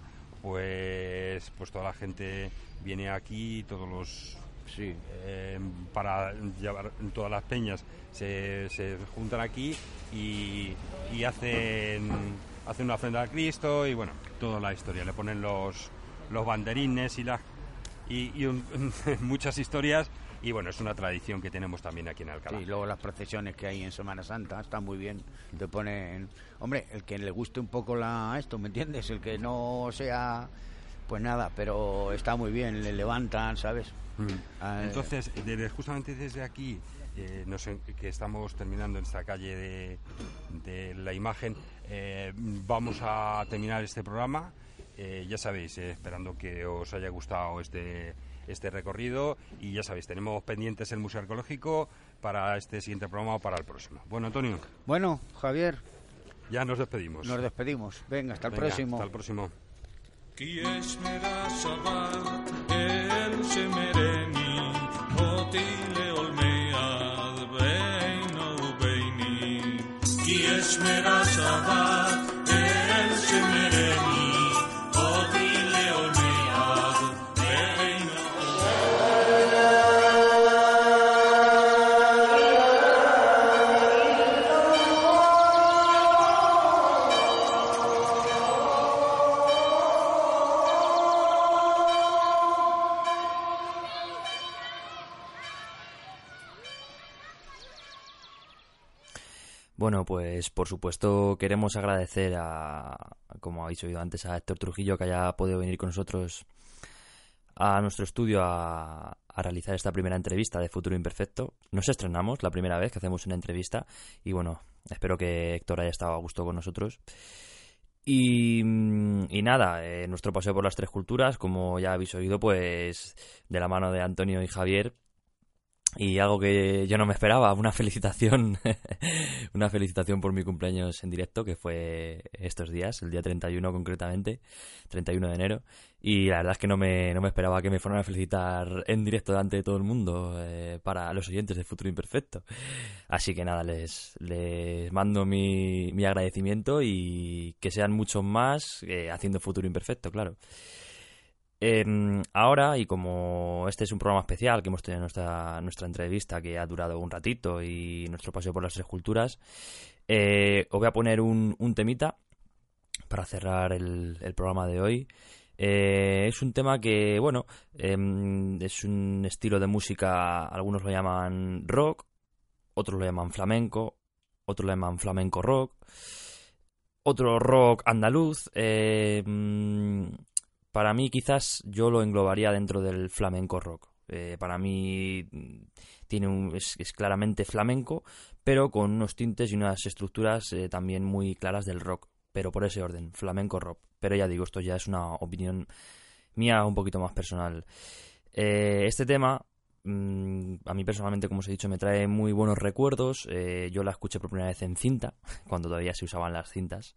pues pues toda la gente viene aquí, todos los Sí. eh, para llevar todas las peñas se, se juntan aquí y, y hacen hacen una ofrenda a Cristo y bueno, toda la historia, le ponen los los banderines y las y, y un- muchas historias y bueno, es una tradición que tenemos también aquí en Alcalá. Sí, luego las procesiones que hay en Semana Santa están muy bien. Te ponen, hombre, el que le guste un poco la esto, ¿me entiendes? El que no sea, pues nada, pero está muy bien, le levantan, ¿sabes? Mm. Ah, Entonces, desde- justamente desde aquí, eh, no sé, que estamos terminando en esta calle de, de la imagen, eh, vamos a terminar este programa. Eh, ya sabéis, eh, esperando que os haya gustado este este recorrido y ya sabéis, tenemos pendientes el Museo Arqueológico para este siguiente programa o para el próximo. Bueno, Antonio, Bueno, Javier, ya nos despedimos. nos despedimos. Venga, hasta el Venga, próximo. Hasta el próximo. כי יש מרשבת אל שמרני אותי לעולמי עד בינו וביני כי יש מרשבת אל שמרני אותי לעולמי עד בינו Bueno, pues por supuesto queremos agradecer a, como habéis oído antes, a Héctor Trujillo que haya podido venir con nosotros a nuestro estudio a, a realizar esta primera entrevista de Futuro Imperfecto. Nos estrenamos la primera vez que hacemos una entrevista y bueno, espero que Héctor haya estado a gusto con nosotros. Y, y nada, eh, nuestro paseo por las tres culturas, como ya habéis oído, pues de la mano de Antonio y Javier. Y algo que yo no me esperaba, una felicitación, una felicitación por mi cumpleaños en directo, que fue estos días, el día treinta y uno concretamente, treinta y uno de enero. Y la verdad es que no me, no me esperaba que me fueran a felicitar en directo delante de todo el mundo, eh, para los oyentes de Futuro Imperfecto. Así que nada, les, les mando mi, mi agradecimiento y que sean muchos más eh, haciendo Futuro Imperfecto, claro. Eh, ahora, y como este es un programa especial que hemos tenido nuestra, nuestra entrevista que ha durado un ratito y nuestro paseo por las tres culturas, eh, os voy a poner un, un temita para cerrar el, el programa de hoy. Eh, es un tema que, bueno, eh, es un estilo de música, algunos lo llaman rock, otros lo llaman flamenco, otros lo llaman flamenco rock, otro rock andaluz. Eh, Para mí quizás yo lo englobaría dentro del flamenco rock. Eh, para mí tiene un, es, es claramente flamenco, pero con unos tintes y unas estructuras eh, también muy claras del rock. Pero por ese orden, flamenco rock. Pero ya digo, esto ya es una opinión mía un poquito más personal. Eh, este tema, mmm, a mí personalmente, como os he dicho, me trae muy buenos recuerdos. Eh, yo la escuché por primera vez en cinta, cuando todavía se usaban las cintas.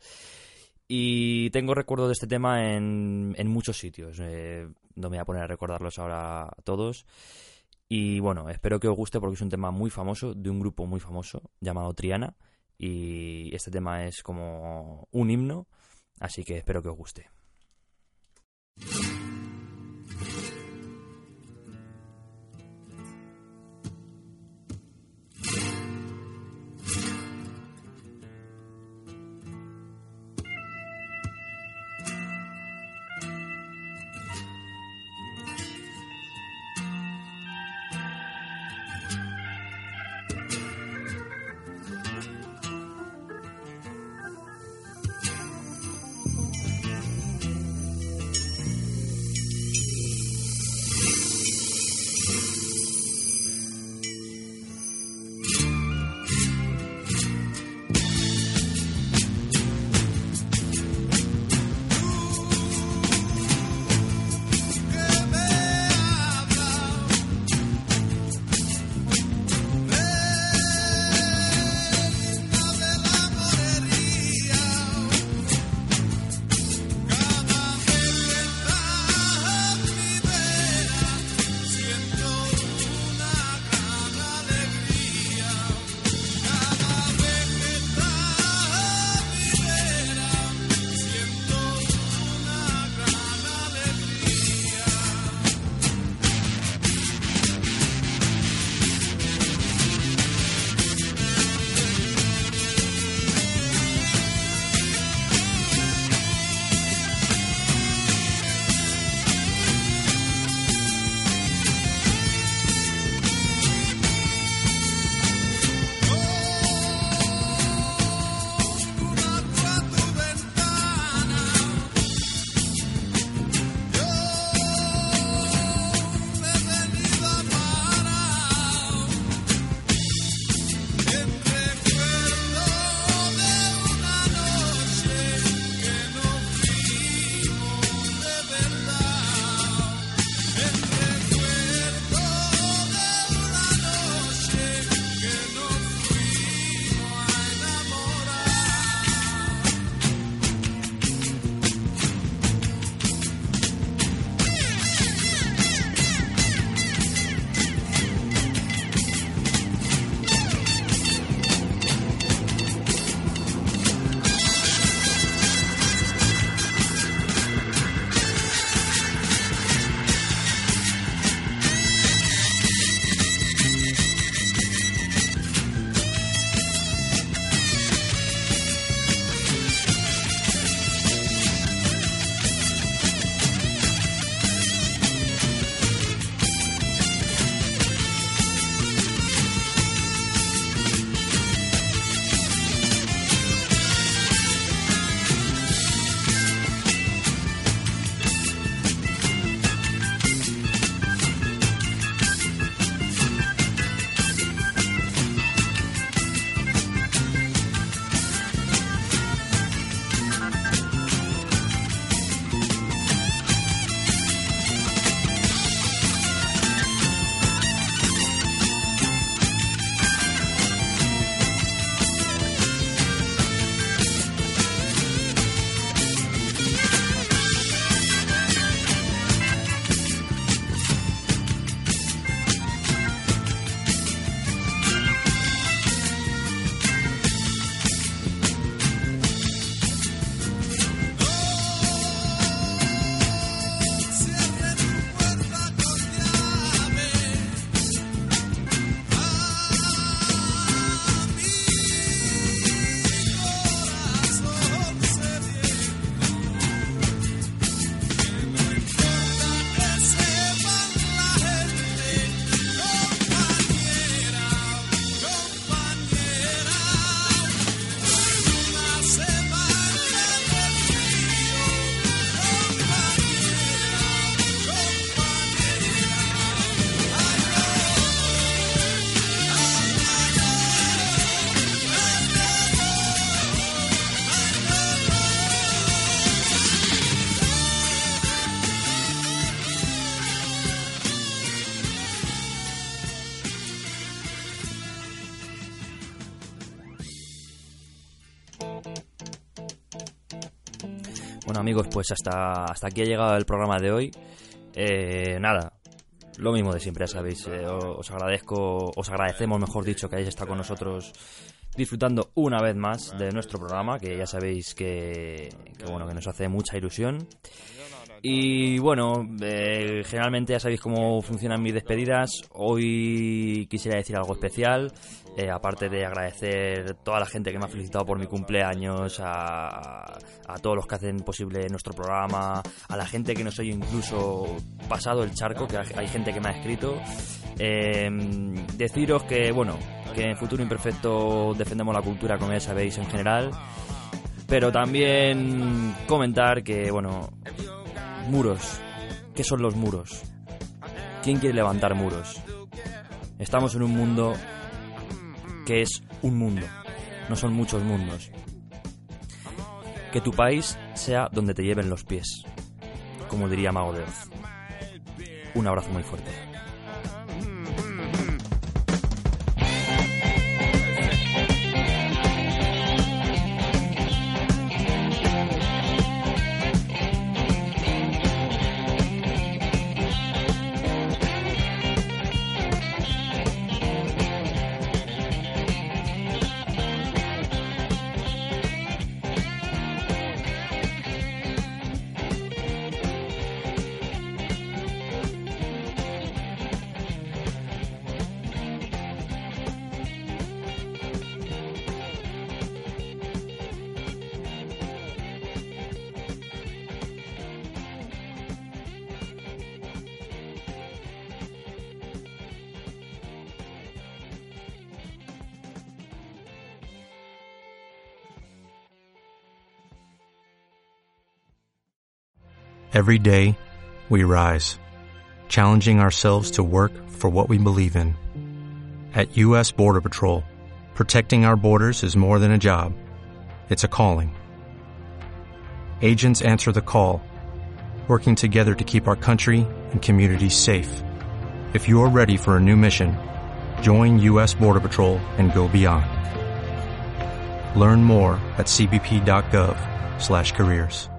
Y tengo recuerdo de este tema en, en muchos sitios. Eh, no me voy a poner a recordarlos ahora a todos. Y bueno, espero que os guste porque es un tema muy famoso, de un grupo muy famoso, llamado Triana. y este tema es como un himno, así que espero que os guste. Bueno, amigos, pues hasta, hasta aquí ha llegado el programa de hoy. Eh, nada, lo mismo de siempre, ya sabéis. Eh, os agradezco, os agradecemos, mejor dicho, que hayáis estado con nosotros disfrutando una vez más de nuestro programa, que ya sabéis que, que bueno, que nos hace mucha ilusión. Y bueno, eh, generalmente ya sabéis cómo funcionan mis despedidas. Hoy quisiera decir algo especial, eh, aparte de agradecer a toda la gente que me ha felicitado por mi cumpleaños, a, a todos los que hacen posible nuestro programa, a la gente que nos oye incluso pasado el charco, que hay gente que me ha escrito. Eh, deciros que, bueno, que en Futuro Imperfecto defendemos la cultura, como ya sabéis, en general, pero también comentar que, bueno, muros. ¿Qué son los muros? ¿Quién quiere levantar muros? Estamos en un mundo que es un mundo, no son muchos mundos. Que tu país sea donde te lleven los pies, como diría Mago de Oz. Un abrazo muy fuerte. Every day, we rise, challenging ourselves to work for what we believe in. At U S Border Patrol, protecting our borders is more than a job. It's a calling. Agents answer the call, working together to keep our country and communities safe. If you are ready for a new mission, join U S Border Patrol and go beyond. Learn more at c b p dot gov slash careers.